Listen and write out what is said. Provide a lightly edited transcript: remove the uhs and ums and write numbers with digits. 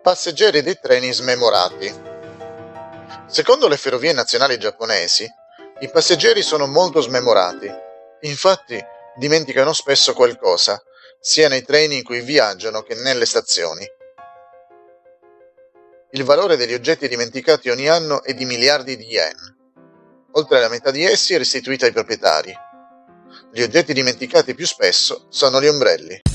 Passeggeri dei treni smemorati. Secondo le ferrovie nazionali giapponesi, i passeggeri sono molto smemorati. Infatti, dimenticano spesso qualcosa, sia nei treni in cui viaggiano che nelle stazioni. Il valore degli oggetti dimenticati ogni anno è di miliardi di yen. Oltre la metà di essi è restituita ai proprietari. Gli oggetti dimenticati più spesso sono gli ombrelli.